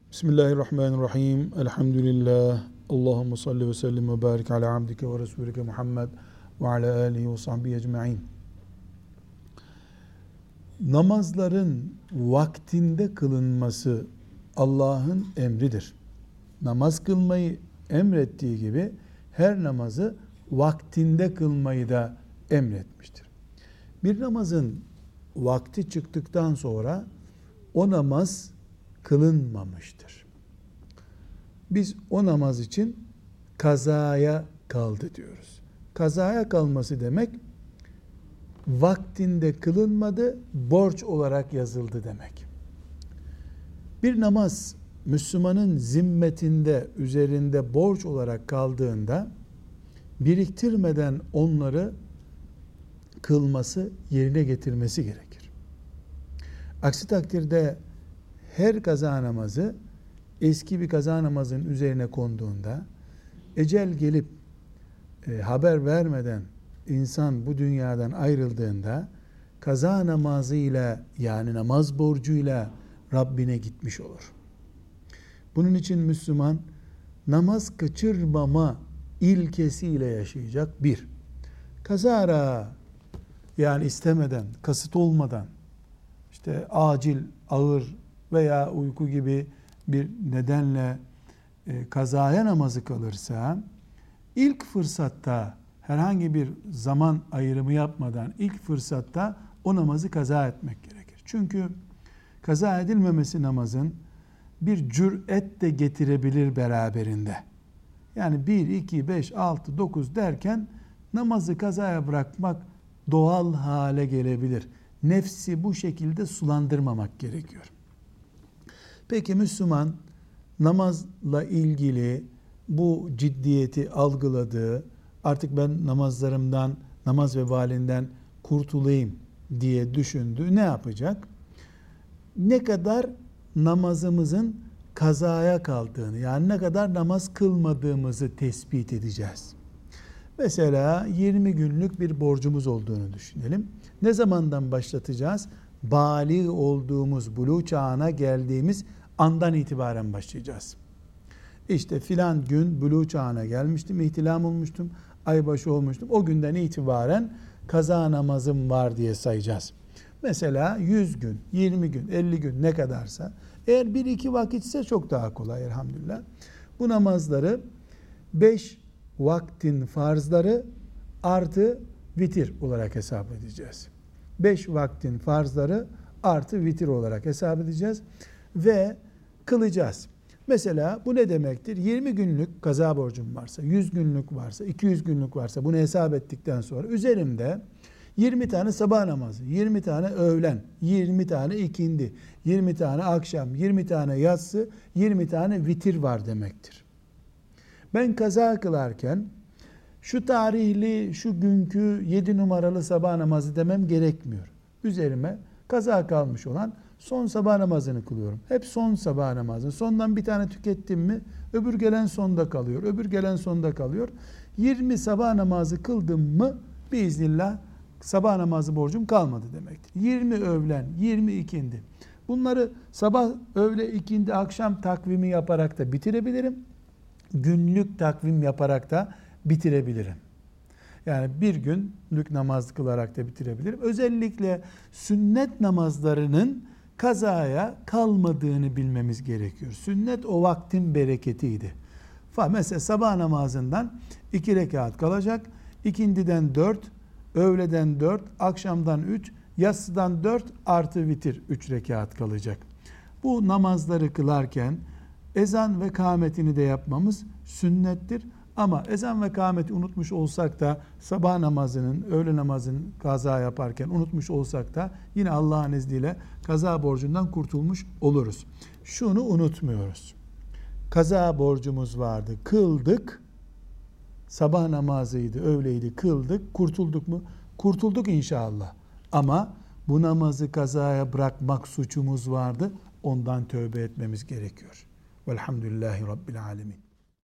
Bismillahirrahmanirrahim. Elhamdülillah. Allahumme salli ve sellim ve barik ala abdike ve resulike Muhammed ve ala alihi ve sahbihi ecma'in. Namazların vaktinde kılınması Allah'ın emridir. Namaz kılmayı emrettiği gibi her namazı vaktinde kılmayı da emretmiştir. Bir namazın vakti çıktıktan sonra o namaz kılınmamıştır. Biz o namaz için kazaya kaldı diyoruz. Kazaya kalması demek vaktinde kılınmadı, borç olarak yazıldı demek. Bir namaz Müslümanın zimmetinde, üzerinde borç olarak kaldığında biriktirmeden onları kılması, yerine getirmesi gerekir. Aksi takdirde her kaza namazı eski bir kaza namazın üzerine konduğunda, ecel gelip haber vermeden insan bu dünyadan ayrıldığında kaza namazıyla, yani namaz borcuyla Rabbine gitmiş olur. Bunun için Müslüman namaz kaçırmama ilkesiyle yaşayacak. Bir, kazara, yani istemeden, kasıt olmadan, işte acil, ağır veya uyku gibi bir nedenle kazaya namazı kalırsa, ilk fırsatta herhangi bir zaman ayrımı yapmadan ilk fırsatta o namazı kaza etmek gerekir. Çünkü kaza edilmemesi namazın bir cüret de getirebilir beraberinde. Yani 1, 2, 5, 6, 9 derken namazı kazaya bırakmak doğal hale gelebilir. Nefsi bu şekilde sulandırmamak gerekiyor. Peki Müslüman namazla ilgili bu ciddiyeti algıladığı, artık ben namazlarımdan, namaz vebalinden kurtulayım diye düşündü. Ne yapacak? Ne kadar namazımızın kazaya kaldığını, yani ne kadar namaz kılmadığımızı tespit edeceğiz. Mesela 20 günlük bir borcumuz olduğunu düşünelim. Ne zamandan başlatacağız? Bâlig olduğumuz, buluğ çağına geldiğimiz andan itibaren başlayacağız. İşte filan gün buluğ çağına gelmiştim, ihtilam olmuştum, aybaşı olmuştum. O günden itibaren kaza namazım var diye sayacağız. Mesela 100 gün, 20 gün, 50 gün ne kadarsa, eğer 1-2 vakitse çok daha kolay elhamdülillah. Bu namazları 5 vaktin farzları artı vitir olarak hesap edeceğiz. 5 vaktin farzları artı vitir olarak hesap edeceğiz ve kılacağız. Mesela bu ne demektir? 20 günlük kaza borcum varsa, 100 günlük varsa, 200 günlük varsa bunu hesap ettikten sonra üzerimde 20 tane sabah namazı, 20 tane öğlen, 20 tane ikindi, 20 tane akşam, 20 tane yatsı, 20 tane vitir var demektir. Ben kaza kılarken şu tarihli, şu günkü 7 numaralı sabah namazı demem gerekmiyor. Üzerime kaza kalmış olan son sabah namazını kılıyorum. Hep son sabah namazı. Sondan bir tane tükettim mi öbür gelen sonda kalıyor. Öbür gelen sonda kalıyor. 20 sabah namazı kıldım mı biiznillah sabah namazı borcum kalmadı demektir. 20 öğlen, 20 ikindi. Bunları sabah, öğle, ikindi, akşam takvimi yaparak da bitirebilirim. Günlük takvim yaparak da bitirebilirim. Yani bir günlük namaz kılarak da bitirebilirim. Özellikle sünnet namazlarının kazaya kalmadığını bilmemiz gerekiyor. Sünnet o vaktin bereketiydi. Mesela sabah namazından 2 rekat kalacak. İkindiden 4, öğleden 4, akşamdan 3, yatsıdan 4 artı vitir 3 rekat kalacak. Bu namazları kılarken ezan ve kâmetini de yapmamız sünnettir. Ama ezan ve kâmeti unutmuş olsak da sabah namazının, öğle namazının kaza yaparken unutmuş olsak da yine Allah'ın izniyle kaza borcundan kurtulmuş oluruz. Şunu unutmuyoruz. Kaza borcumuz vardı, kıldık. Sabah namazıydı, öğleydi, kıldık. Kurtulduk mu? Kurtulduk inşallah. Ama bu namazı kazaya bırakmak suçumuz vardı. Ondan tövbe etmemiz gerekiyor. Velhamdülillahi Rabbil alemin.